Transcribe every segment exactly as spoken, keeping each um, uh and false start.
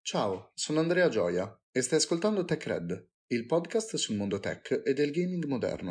Ciao, sono Andrea Gioia e stai ascoltando TechRed, il podcast sul mondo tech e del gaming moderno.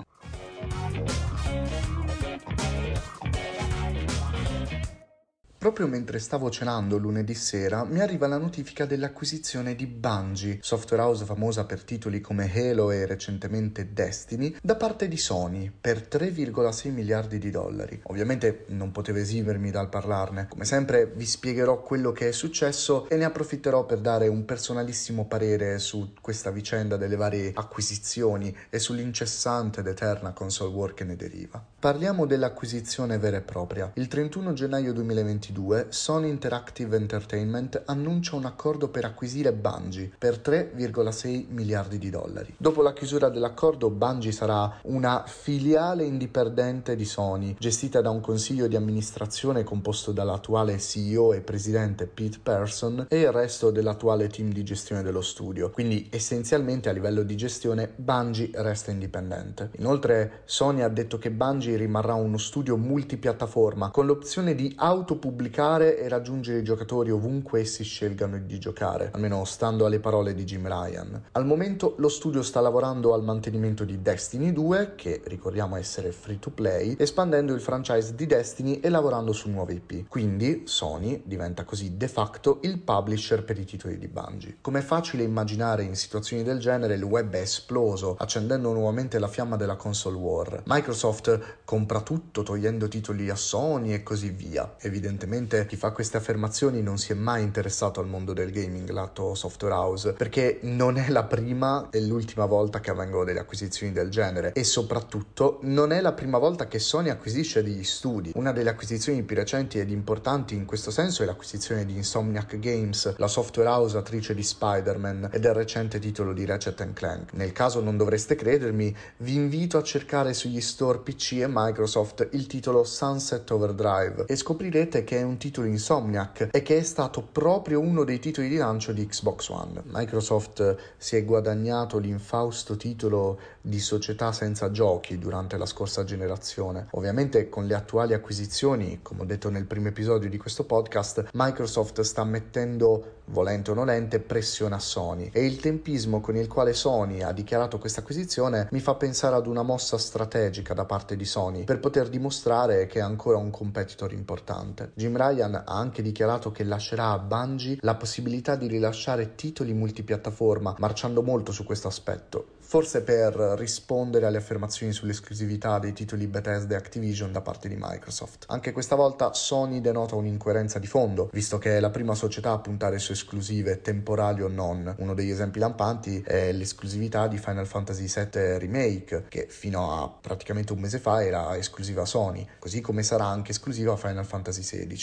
Proprio mentre stavo cenando lunedì sera mi arriva la notifica dell'acquisizione di Bungie, software house famosa per titoli come Halo e recentemente Destiny, da parte di Sony per tre virgola sei miliardi di dollari. Ovviamente non potevo esimermi dal parlarne. Come sempre vi spiegherò quello che è successo e ne approfitterò per dare un personalissimo parere su questa vicenda delle varie acquisizioni e sull'incessante ed eterna console war che ne deriva. Parliamo dell'acquisizione vera e propria. Il trentuno gennaio duemilaventidue Sony Interactive Entertainment annuncia un accordo per acquisire Bungie per tre virgola sei miliardi di dollari. Dopo la chiusura dell'accordo, Bungie sarà una filiale indipendente di Sony, gestita da un consiglio di amministrazione composto dall'attuale C E O e presidente Pete Person e il resto dell'attuale team di gestione dello studio. Quindi essenzialmente a livello di gestione Bungie resta indipendente. Inoltre Sony ha detto che Bungie rimarrà uno studio multipiattaforma con l'opzione di autopubblicare e raggiungere i giocatori ovunque essi scelgano di giocare, almeno stando alle parole di Jim Ryan. Al momento lo studio sta lavorando al mantenimento di Destiny due, che ricordiamo essere free to play, espandendo il franchise di Destiny e lavorando su nuove I P. Quindi Sony diventa così de facto il publisher per i titoli di Bungie. Come è facile immaginare, in situazioni del genere il web è esploso, accendendo nuovamente la fiamma della console war. Microsoft compra tutto, togliendo titoli a Sony e così via. Evidentemente chi fa queste affermazioni non si è mai interessato al mondo del gaming, lato software house, perché non è la prima e l'ultima volta che avvengono delle acquisizioni del genere e soprattutto non è la prima volta che Sony acquisisce degli studi. Una delle acquisizioni più recenti ed importanti in questo senso è l'acquisizione di Insomniac Games, la software house attrice di Spider-Man e del recente titolo di Ratchet and Clank. Nel caso non dovreste credermi, vi invito a cercare sugli store P C e Microsoft il titolo Sunset Overdrive e scoprirete che è un titolo Insomniac e che è stato proprio uno dei titoli di lancio di Xbox One. Microsoft si è guadagnato l'infausto titolo di società senza giochi durante la scorsa generazione. Ovviamente con le attuali acquisizioni, come ho detto nel primo episodio di questo podcast, Microsoft sta mettendo, volente o nolente, pressione a Sony e il tempismo con il quale Sony ha dichiarato questa acquisizione mi fa pensare ad una mossa strategica da parte di Sony per poter dimostrare che è ancora un competitor importante. Jim Ryan ha anche dichiarato che lascerà a Bungie la possibilità di rilasciare titoli multipiattaforma, marciando molto su questo aspetto, forse per rispondere alle affermazioni sull'esclusività dei titoli Bethesda e Activision da parte di Microsoft. Anche questa volta Sony denota un'incoerenza di fondo, visto che è la prima società a puntare su esclusive, temporali o non. Uno degli esempi lampanti è l'esclusività di Final Fantasy sette Remake, che fino a praticamente un mese fa era esclusiva Sony, così come sarà anche esclusiva Final Fantasy sedici.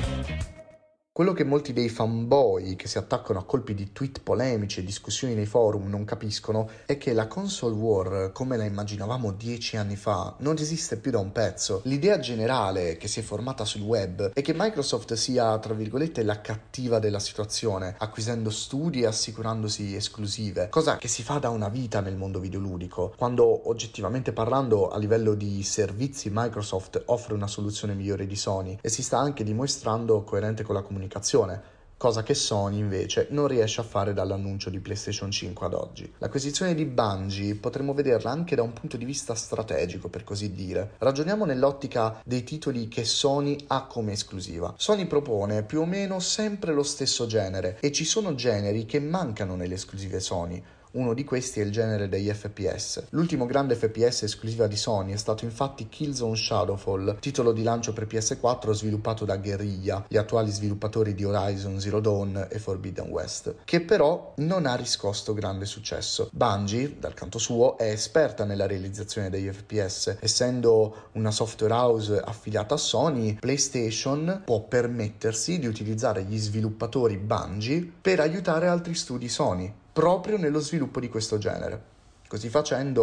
Quello che molti dei fanboy che si attaccano a colpi di tweet polemici e discussioni nei forum non capiscono è che la console war, come la immaginavamo dieci anni fa, non esiste più da un pezzo. L'idea generale che si è formata sul web è che Microsoft sia, tra virgolette, la cattiva della situazione, acquisendo studi e assicurandosi esclusive, cosa che si fa da una vita nel mondo videoludico, quando oggettivamente parlando a livello di servizi Microsoft offre una soluzione migliore di Sony e si sta anche dimostrando coerente con la comunicazione, cosa che Sony invece non riesce a fare dall'annuncio di PlayStation cinque ad oggi. L'acquisizione di Bungie potremmo vederla anche da un punto di vista strategico, per così dire. Ragioniamo nell'ottica dei titoli che Sony ha come esclusiva. Sony propone più o meno sempre lo stesso genere e ci sono generi che mancano nelle esclusive Sony. Uno di questi è il genere degli F P S. L'ultimo grande F P S esclusiva di Sony è stato infatti Killzone Shadowfall, titolo di lancio per P S quattro sviluppato da Guerrilla, gli attuali sviluppatori di Horizon Zero Dawn e Forbidden West, che però non ha riscosso grande successo. Bungie, dal canto suo, è esperta nella realizzazione degli F P S. Essendo una software house affiliata a Sony, PlayStation può permettersi di utilizzare gli sviluppatori Bungie per aiutare altri studi Sony proprio nello sviluppo di questo genere. Così facendo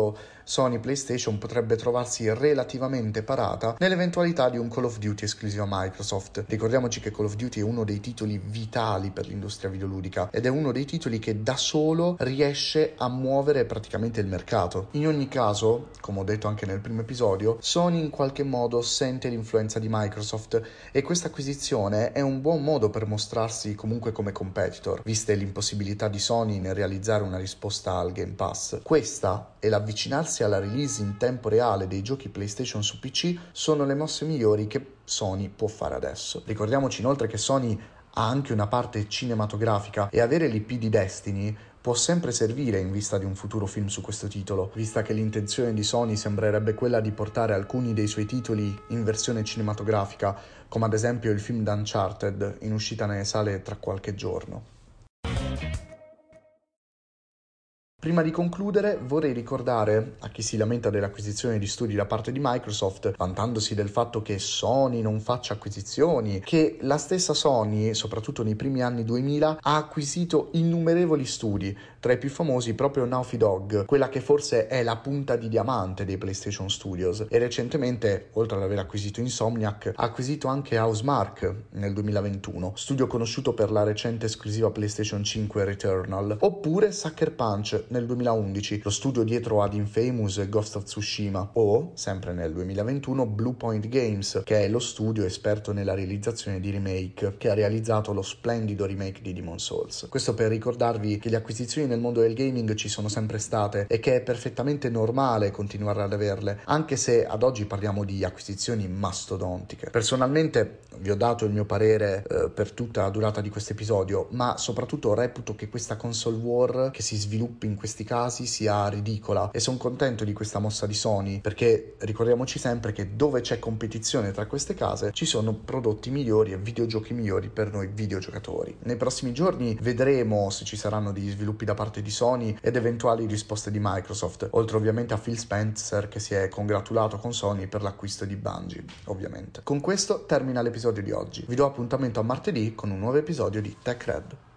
Sony PlayStation potrebbe trovarsi relativamente parata nell'eventualità di un Call of Duty esclusivo a Microsoft. Ricordiamoci che Call of Duty è uno dei titoli vitali per l'industria videoludica ed è uno dei titoli che da solo riesce a muovere praticamente il mercato. In ogni caso, come ho detto anche nel primo episodio, Sony in qualche modo sente l'influenza di Microsoft e questa acquisizione è un buon modo per mostrarsi comunque come competitor, viste l'impossibilità di Sony nel realizzare una risposta al Game Pass. Questa e l'avvicinarsi alla release in tempo reale dei giochi PlayStation su P C sono le mosse migliori che Sony può fare adesso. Ricordiamoci inoltre che Sony ha anche una parte cinematografica e avere l'I P di Destiny può sempre servire in vista di un futuro film su questo titolo, vista che l'intenzione di Sony sembrerebbe quella di portare alcuni dei suoi titoli in versione cinematografica, come ad esempio il film di Uncharted in uscita nelle sale tra qualche giorno. Prima di concludere, vorrei ricordare a chi si lamenta dell'acquisizione di studi da parte di Microsoft, vantandosi del fatto che Sony non faccia acquisizioni, che la stessa Sony, soprattutto nei primi anni duemila, ha acquisito innumerevoli studi, tra i più famosi proprio Naughty Dog, quella che forse è la punta di diamante dei PlayStation Studios, e recentemente, oltre ad aver acquisito Insomniac, ha acquisito anche Housemarque nel duemilaventuno, studio conosciuto per la recente esclusiva PlayStation cinque Returnal, oppure Sucker Punch nel duemilaundici, lo studio dietro ad Infamous e Ghost of Tsushima, o, sempre nel duemilaventuno, Bluepoint Games, che è lo studio esperto nella realizzazione di remake, che ha realizzato lo splendido remake di Demon's Souls. Questo per ricordarvi che le acquisizioni nel mondo del gaming ci sono sempre state e che è perfettamente normale continuare ad averle, anche se ad oggi parliamo di acquisizioni mastodontiche. Personalmente vi ho dato il mio parere eh, per tutta la durata di questo episodio, ma soprattutto reputo che questa console war che si sviluppi in questi casi sia ridicola e sono contento di questa mossa di Sony, perché ricordiamoci sempre che dove c'è competizione tra queste case ci sono prodotti migliori e videogiochi migliori per noi videogiocatori. Nei prossimi giorni vedremo se ci saranno degli sviluppi da parte di Sony ed eventuali risposte di Microsoft, oltre ovviamente a Phil Spencer che si è congratulato con Sony per l'acquisto di Bungie, ovviamente. Con questo termina l'episodio di oggi. Vi do appuntamento a martedì con un nuovo episodio di Tech Red.